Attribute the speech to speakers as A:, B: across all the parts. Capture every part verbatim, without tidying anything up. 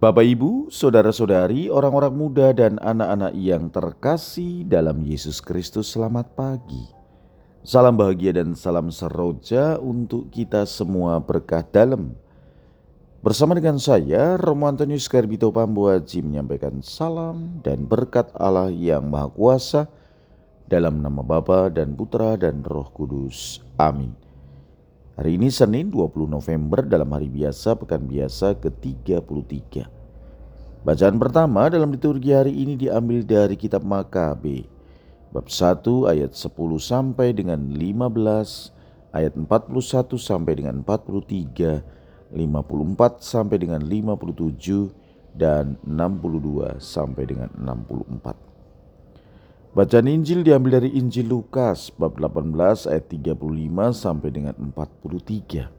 A: Bapak, Ibu, saudara-saudari, orang-orang muda dan anak-anak yang terkasih dalam Yesus Kristus, selamat pagi. Salam bahagia dan salam seroja untuk kita semua berkah dalam. Bersama dengan saya, Romo Antonius Garbito Pambuaji menyampaikan salam dan berkat Allah yang Maha Kuasa dalam nama Bapa dan Putra dan Roh Kudus. Amin. Hari ini Senin dua puluh November dalam hari biasa pekan biasa ke tiga puluh tiga. Bacaan pertama dalam liturgi hari ini diambil dari kitab Makabe bab satu ayat sepuluh sampai dengan lima belas, ayat empat puluh satu sampai dengan empat puluh tiga, lima puluh empat sampai dengan lima puluh tujuh dan enam puluh dua sampai dengan enam puluh empat. Bacaan Injil diambil dari Injil Lukas bab delapan belas ayat tiga puluh lima sampai dengan empat puluh tiga.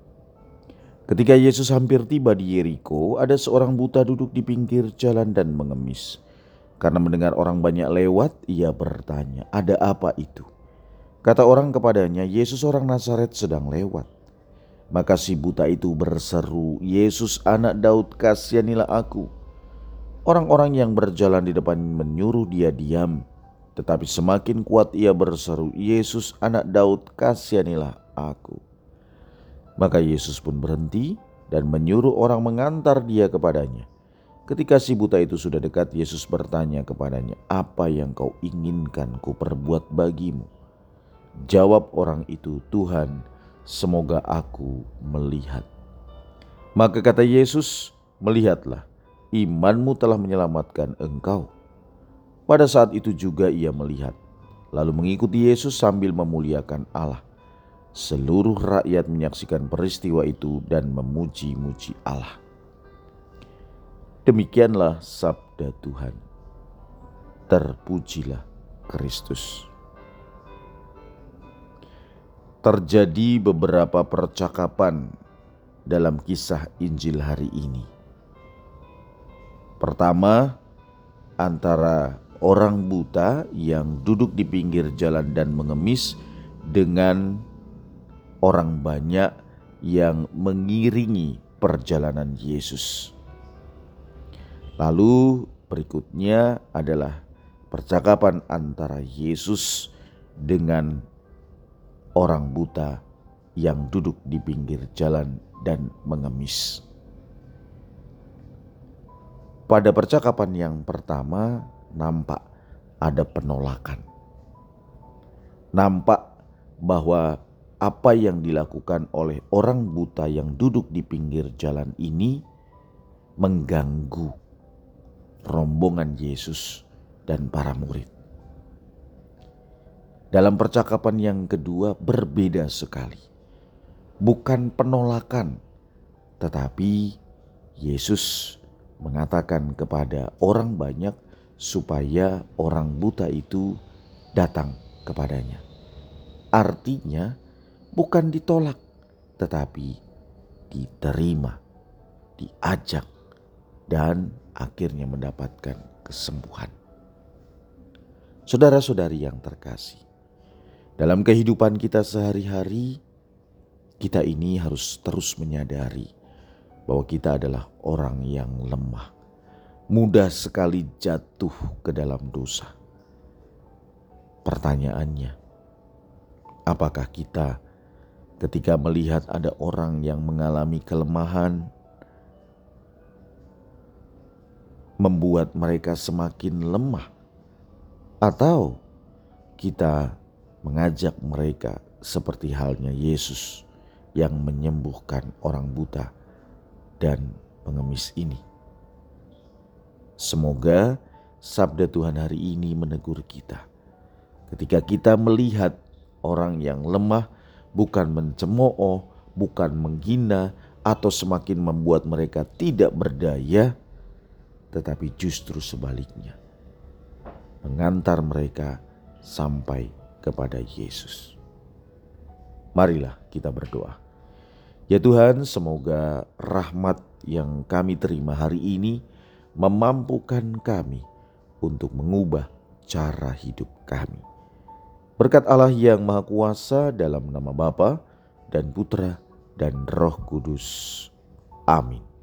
A: Ketika Yesus hampir tiba di Yeriko, ada seorang buta duduk di pinggir jalan dan mengemis. Karena mendengar orang banyak lewat, ia bertanya, "Ada apa itu?" Kata orang kepadanya, "Yesus orang Nazaret sedang lewat." Maka si buta itu berseru, "Yesus anak Daud, kasihanilah aku." Orang-orang yang berjalan di depan menyuruh dia diam. Tetapi semakin kuat ia berseru, "Yesus anak Daud, kasihanilah aku." Maka Yesus pun berhenti dan menyuruh orang mengantar dia kepadanya. Ketika si buta itu sudah dekat, Yesus bertanya kepadanya, "Apa yang kau inginkan ku perbuat bagimu?" Jawab orang itu, "Tuhan, semoga aku melihat." Maka kata Yesus, "Melihatlah, imanmu telah menyelamatkan engkau." Pada saat itu juga ia melihat, lalu mengikuti Yesus sambil memuliakan Allah. Seluruh rakyat menyaksikan peristiwa itu dan memuji-muji Allah. Demikianlah sabda Tuhan. Terpujilah Kristus. Terjadi beberapa percakapan dalam kisah Injil hari ini. Pertama, antara orang buta yang duduk di pinggir jalan dan mengemis dengan orang banyak yang mengiringi perjalanan Yesus. Lalu berikutnya adalah percakapan antara Yesus dengan orang buta yang duduk di pinggir jalan dan mengemis. Pada percakapan yang pertama nampak ada penolakan. Nampak bahwa apa yang dilakukan oleh orang buta yang duduk di pinggir jalan ini mengganggu rombongan Yesus dan para murid. Dalam percakapan yang kedua berbeda sekali. Bukan penolakan, tetapi Yesus mengatakan kepada orang banyak supaya orang buta itu datang kepadanya. Artinya bukan ditolak, tetapi diterima, diajak, dan akhirnya mendapatkan kesembuhan. Saudara-saudari yang terkasih, dalam kehidupan kita sehari-hari, kita ini harus terus menyadari bahwa kita adalah orang yang lemah, mudah sekali jatuh ke dalam dosa. Pertanyaannya, apakah kita ketika melihat ada orang yang mengalami kelemahan, membuat mereka semakin lemah, atau kita mengajak mereka seperti halnya Yesus yang menyembuhkan orang buta dan pengemis ini? Semoga sabda Tuhan hari ini menegur kita. Ketika kita melihat orang yang lemah, bukan mencemooh, bukan menghina, atau semakin membuat mereka tidak berdaya, tetapi justru sebaliknya, mengantar mereka sampai kepada Yesus. Marilah kita berdoa. Ya Tuhan, semoga rahmat yang kami terima hari ini memampukan kami untuk mengubah cara hidup kami. Berkat Allah yang Maha Kuasa, dalam nama Bapa dan Putra dan Roh Kudus. Amin.